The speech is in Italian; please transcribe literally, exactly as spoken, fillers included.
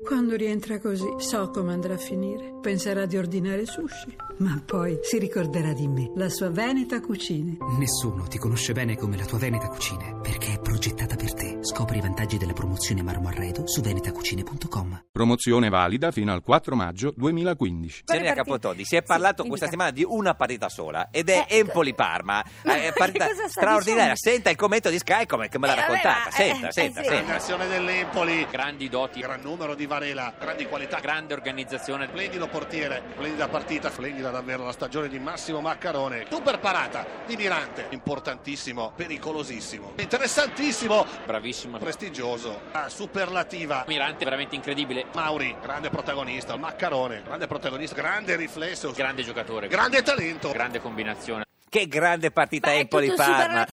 Quando rientra così, so come andrà a finire. Penserà di ordinare sushi, ma poi si ricorderà di me, la sua Veneta Cucine. Nessuno ti conosce bene come la tua Veneta Cucine, perché è progettata per te. Scopri i vantaggi della promozione Marmo Arredo su venetacucine punto com. Promozione valida fino al quattro maggio duemilaquindici. Signora Capotodi, si è parlato Sì, questa dica. settimana di una partita sola ed è Eh, Empoli-Parma. ma È che partita cosa sta straordinaria. dicendo? Senta il commento di Sky come che me l'ha Eh, vabbè, raccontata. ma- Senta, eh, senta, eh, sì. senta. L'azione dell'Empoli, grandi doti, gran numero di Varela, grandi qualità, grande organizzazione. splendido portiere, splendida partita, splendida davvero la stagione di Massimo Maccarone, super parata di Mirante, importantissimo, pericolosissimo, interessantissimo, Bravissimo prestigioso, ah, superlativa. Mirante, veramente incredibile, Mauri, grande protagonista, Maccarone, grande protagonista, grande riflesso, grande giocatore, grande talento. grande combinazione. Che grande partita Ma è tutto Empoli-Parma.